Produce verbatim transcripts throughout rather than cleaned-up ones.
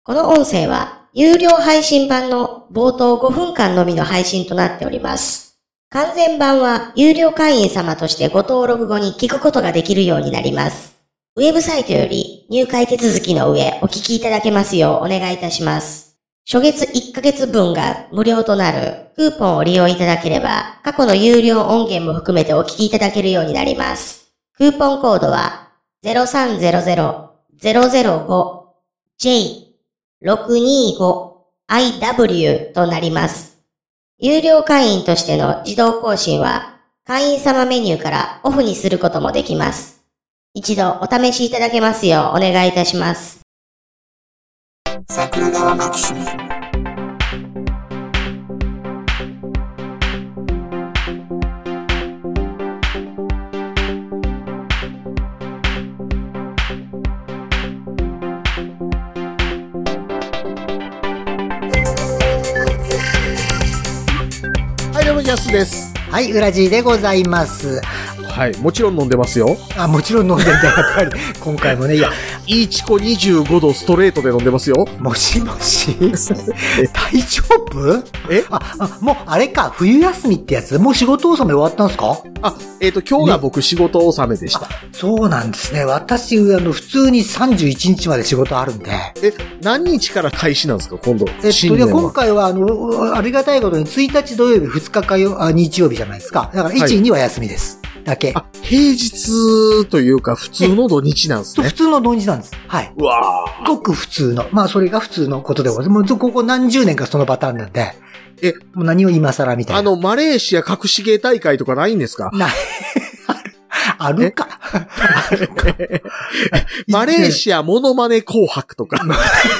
この音声は有料配信版の冒頭ごふんかんのみの配信となっております。完全版は有料会員様としてご登録後に聞くことができるようになります。ウェブサイトより入会手続きの上お聞きいただけますようお願いいたします。初月いっかげつぶんが無料となるクーポンを利用いただければ過去の有料音源も含めてお聞きいただけるようになります。クーポンコードは ゼロさんゼロゼロ ゼロゼロご ジェイろくにーご アイダブリュー となります。有料会員としての自動更新は会員様メニューからオフにすることもできます。一度お試しいただけますようお願いいたします。 桜川マキシムはい、どうもジャスです。 はい、ウラジーでございます。 はい、もちろん飲んでますよ。 あ、もちろん飲んでんだ、やっぱり。今回もね、いや、 いいチコにじゅうごどストレートで飲んでますよ。 もしもし大丈夫？ えあ、あ、もう、あれか、冬休みってやつもう仕事納め終わったんですか？ あ、えっと、今日が僕仕事納めでした。 そうなんですね。私、あの、普通にさんじゅういちにちまで仕事あるんで。 え、何日から開始なんですか、今度。 えっと、で、 新年は今回は、あの、ありがたいことについたち土曜日、ふつか火曜、あ、日曜日じゃないですか。だから、いち、 はい、 には休みです。だけ。 あ、平日というか、普通の土日なんですね。 普通の土日なんです。はい。 うわー。ごく普通の。まあ、それが普通のことでございます。もう、ここ何十年かそのパターンなんで。 え、 もう何を今更みたいな。 あの、マレーシア隠し芸大会とかないんですか？ ない。あるか。あるか。 マレーシアモノマネ紅白とか。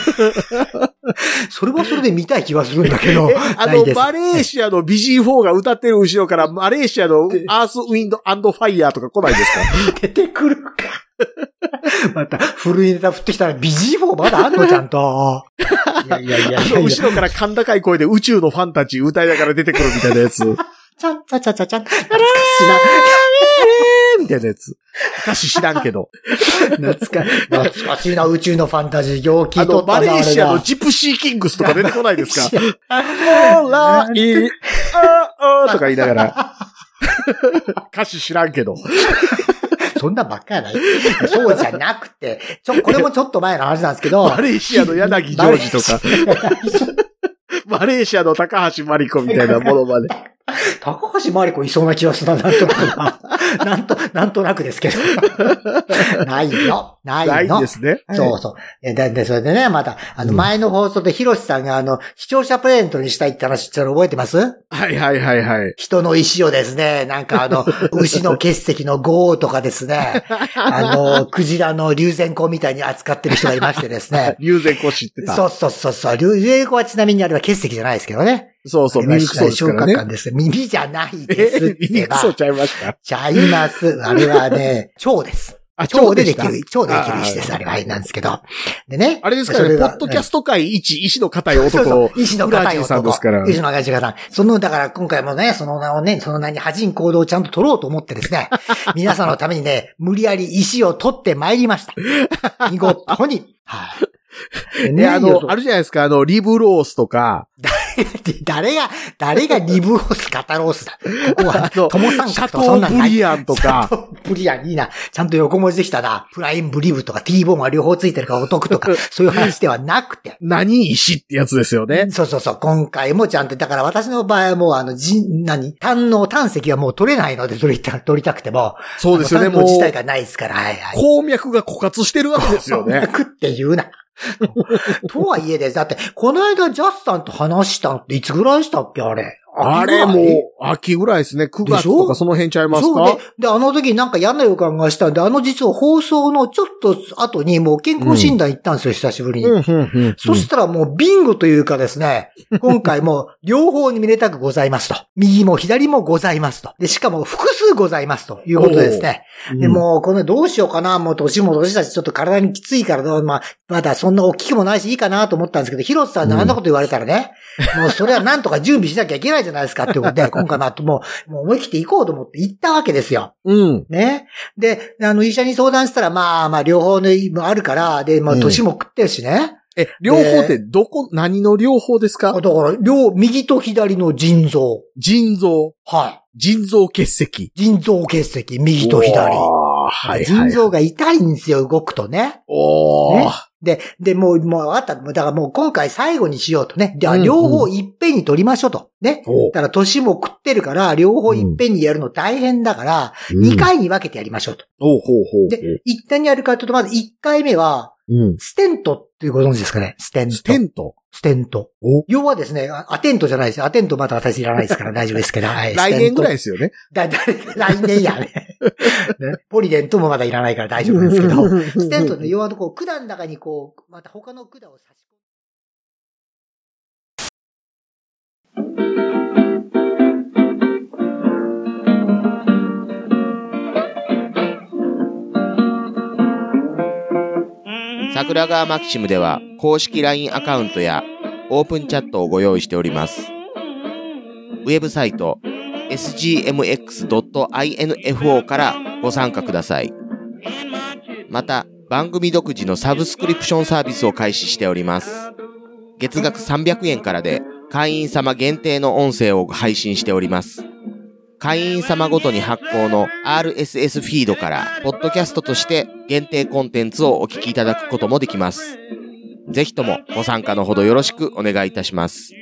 それはそれで見たい気はするんだけど。 あの、マレーシアの ビージーフォー が歌ってる後ろから、マレーシアのアース、ウィンド、アンド、ファイヤーとか来ないですか？ 出てくるか。また、古いネタ振ってきたら ビージーフォー まだあんのちゃんと。いやいやいやいやいや。 後ろから甲高い声で宇宙のファンタジー歌いながら出てくるみたいなやつ。 ちゃんちゃちゃちゃちゃん。懐かしいな。 みたいなやつ。歌詞知らんけど。 懐か、懐かしいな、宇宙のファンタジー、陽気とったな。 あの、マレーシアのジプシーキングスとか出てこないですか？オーライ、あーとか言いながら。歌詞知らんけど。 そんなばっかやない。そうじゃなくて、ちょ、これもちょっと前の話なんですけど。 マレーシアの柳ジョージとか。マレーシアの高橋真理子みたいなものまで。 高橋真理子いそうな気がするな、なんとなくな。なんと、なんとなくですけど。ないよ。ないの。 ないんですね。 そうそう。え、で、で、それでね、また、あの、前の放送でヒロシさんが、あの、視聴者プレゼントにしたいって話、それ覚えてます？ はいはいはいはい。 人の石をですね、なんかあの、牛の結石の豪とかですね、あの、クジラの龍涎香みたいに扱ってる人がいましてですね。 龍涎香知ってた。 そうそうそうそう。龍涎香はちなみにあれは結石じゃないですけどね。 そうそう、耳くそですからね。 耳じゃないですって。 耳くそちゃいました。 ちゃいます。あれはね、腸です。 あ、 腸でできる、腸でできる石です。あれは、なんですけど。でね。 あれですからね、ポッドキャスト界一、石の硬い男。そうそう、 石の硬い男。 さんですから。 石の硬い方。その、だから今回もね、その名をね、その名に恥じん行動をちゃんと取ろうと思ってですね、皆さんのためにね、無理やり石を取ってまいりました。見事に。はい。 ね、あの、あるじゃないですか、あの、リブロースとか。 誰が、誰がリブロース、肩ロースだ。ここは、トモ三角とかそんなシャトーブリアンとか。 シャトーブリアンいいな。ちゃんと横文字できたな。プライムブリブとか T ボーンは両方ついてるからお得とか、そういう話ではなくて。 何石ってやつですよね。 そうそうそう。今回もちゃんと、だから私の場合はもうあの、じ、何胆の、胆石はもう取れないので取りた、取りたくても。 そうですよね、 もう。自体がないですから、はいはい。 鉱脈が枯渇してるわけですよね。 鉱脈って言うな。とはいえです。だって、この間ジャスさんと話したのっていつぐらいでしたっけあれ。 あれもう、秋ぐらいですね。くがつとかその辺ちゃいますか？ そうで、で、あの時なんか嫌な予感がしたんで、あの実は放送のちょっと後にもう健康診断行ったんですよ、うん、久しぶりに。うんうんうんうん、そしたらもうビンゴというかですね、今回も両方に見れたくございますと。右も左もございますと。で、しかも複数ございますということですね。で、うん、もうこれどうしようかな、もう年も年だしちょっと体にきついから、まあ、まだそんな大きくもないしいいかなと思ったんですけど、広瀬さんにあんなこと言われたらね、うん、もうそれはなんとか準備しなきゃいけないじゃないですかってことで、今回まあもう、もう思い切って行こうと思って行ったわけですよ。 うん。 ね。で、あの、医者に相談したら、まあまあ、両方の意味もあるから、で、まあ、年も食ってるしね。 え、両方ってどこ、何の両方ですか？ だから、両、右と左の腎臓。 腎臓。 はい。 腎臓結石。 腎臓結石、右と左。 はいはい、 腎臓が痛いんですよ、動くとね。 おー。 ね、で、で、もう、もうあった。だからもう今回最後にしようとね。で、両方いっぺんに取りましょうと。ね。だから年も食ってるから、両方いっぺんにやるの大変だから、うん、にかいに分けてやりましょうと。 ほうほうほう。 で、一旦やるかというと、まずいっかいめは、うん、ステントっていうご存知ですかね？ステント。 ステントステント。要はですね、アテントじゃないですよ。アテントまだ私いらないですから大丈夫ですけど。 はい、来年ぐらいですよね。 だ、だ、来年やね。ねポリデントもまだいらないから大丈夫ですけど。ステントの要はこう、管の中にこう、また他の管を差し桜川マキシムでは公式 ライン アカウントやオープンチャットをご用意しております。ウェブサイト エスジーエムエックスドットアイエヌエフオー からご参加ください。また番組独自のサブスクリプションサービスを開始しております。月額さんびゃくえんからで会員様限定の音声を配信しております。会員様ごとに発行の アールエスエス フィードからポッドキャストとして限定コンテンツをお聞きいただくこともできます。ぜひともご参加のほどよろしくお願いいたします。